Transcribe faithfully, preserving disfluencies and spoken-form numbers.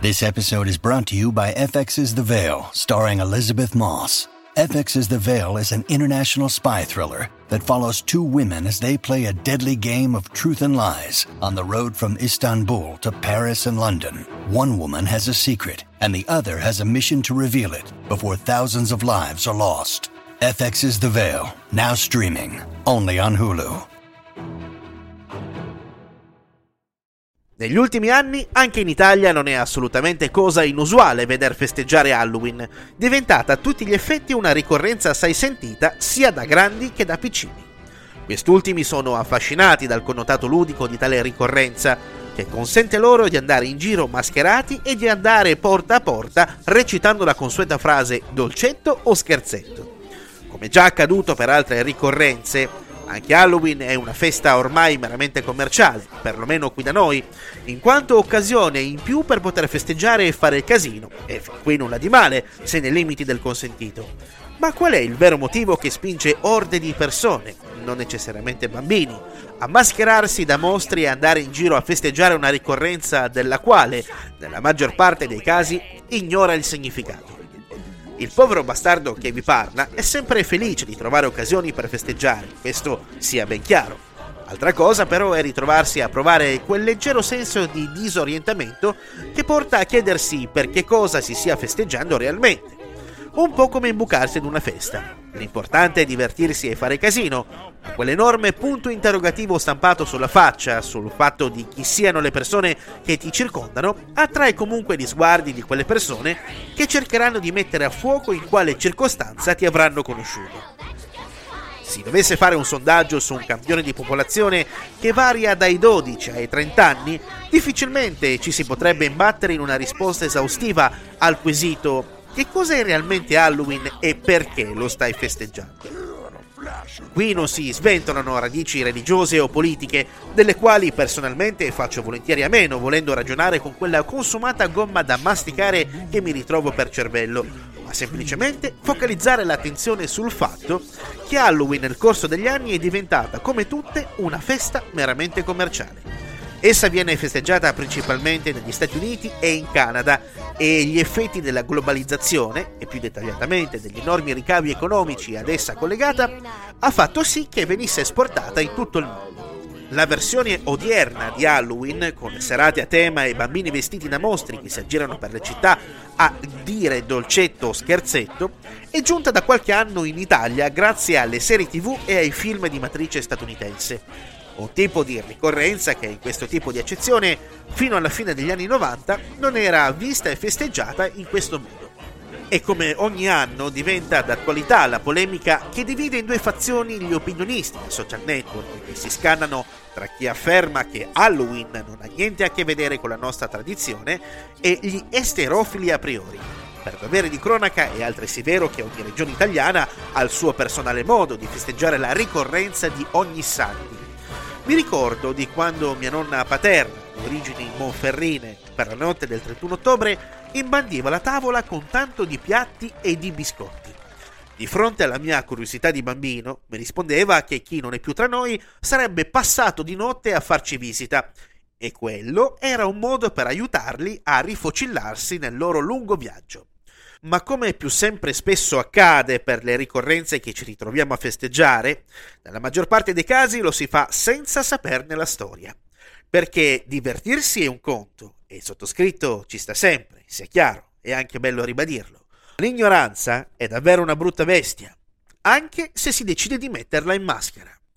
This episode is brought to you by F X's The Veil, starring Elizabeth Moss. F X's The Veil is an international spy thriller that follows two women as they play a deadly game of truth and lies on the road from Istanbul to Paris and London. One woman has a secret, and the other has a mission to reveal it before thousands of lives are lost. F X's The Veil, now streaming, only on Hulu. Negli ultimi anni, anche in Italia non è assolutamente cosa inusuale veder festeggiare Halloween, diventata a tutti gli effetti una ricorrenza assai sentita sia da grandi che da piccini. Quest'ultimi sono affascinati dal connotato ludico di tale ricorrenza, che consente loro di andare in giro mascherati e di andare porta a porta recitando la consueta frase dolcetto o scherzetto. Come già accaduto per altre ricorrenze, anche Halloween è una festa ormai meramente commerciale, perlomeno qui da noi, in quanto occasione in più per poter festeggiare e fare il casino, e fin qui nulla di male, se nei limiti del consentito. Ma qual è il vero motivo che spinge orde di persone, non necessariamente bambini, a mascherarsi da mostri e andare in giro a festeggiare una ricorrenza della quale, nella maggior parte dei casi, ignora il significato? Il povero bastardo che vi parla è sempre felice di trovare occasioni per festeggiare, questo sia ben chiaro. Altra cosa però è ritrovarsi a provare quel leggero senso di disorientamento che porta a chiedersi per che cosa si stia festeggiando realmente. Un po' come imbucarsi ad una festa. L'importante è divertirsi e fare casino, ma quell'enorme punto interrogativo stampato sulla faccia, sul fatto di chi siano le persone che ti circondano, attrae comunque gli sguardi di quelle persone che cercheranno di mettere a fuoco in quale circostanza ti avranno conosciuto. Si dovesse fare un sondaggio su un campione di popolazione che varia dai dodici ai trenta anni, difficilmente ci si potrebbe imbattere in una risposta esaustiva al quesito: che cosa è realmente Halloween e perché lo stai festeggiando? Qui non si sventolano radici religiose o politiche, delle quali personalmente faccio volentieri a meno, volendo ragionare con quella consumata gomma da masticare che mi ritrovo per cervello, ma semplicemente focalizzare l'attenzione sul fatto che Halloween nel corso degli anni è diventata, come tutte, una festa meramente commerciale. Essa viene festeggiata principalmente negli Stati Uniti e in Canada, e gli effetti della globalizzazione, e più dettagliatamente degli enormi ricavi economici ad essa collegata, ha fatto sì che venisse esportata in tutto il mondo. La versione odierna di Halloween, con serate a tema e bambini vestiti da mostri che si aggirano per le città a dire dolcetto o scherzetto, è giunta da qualche anno in Italia grazie alle serie tivù e ai film di matrice statunitense. Un tipo di ricorrenza che in questo tipo di accezione, fino alla fine degli anni novanta, non era vista e festeggiata in questo modo. E come ogni anno diventa d'attualità la polemica che divide in due fazioni gli opinionisti ai social network, che si scannano tra chi afferma che Halloween non ha niente a che vedere con la nostra tradizione e gli esterofili a priori. Per dovere di cronaca è altresì vero che ogni regione italiana ha il suo personale modo di festeggiare la ricorrenza di ogni santi. Mi ricordo di quando mia nonna paterna, di origini monferrine, per la notte del trentuno ottobre, imbandiva la tavola con tanto di piatti e di biscotti. Di fronte alla mia curiosità di bambino, mi rispondeva che chi non è più tra noi sarebbe passato di notte a farci visita, e quello era un modo per aiutarli a rifocillarsi nel loro lungo viaggio. Ma come più sempre spesso accade per le ricorrenze che ci ritroviamo a festeggiare, nella maggior parte dei casi lo si fa senza saperne la storia. Perché divertirsi è un conto, e il sottoscritto ci sta sempre, sia chiaro, è anche bello ribadirlo. L'ignoranza è davvero una brutta bestia, anche se si decide di metterla in maschera.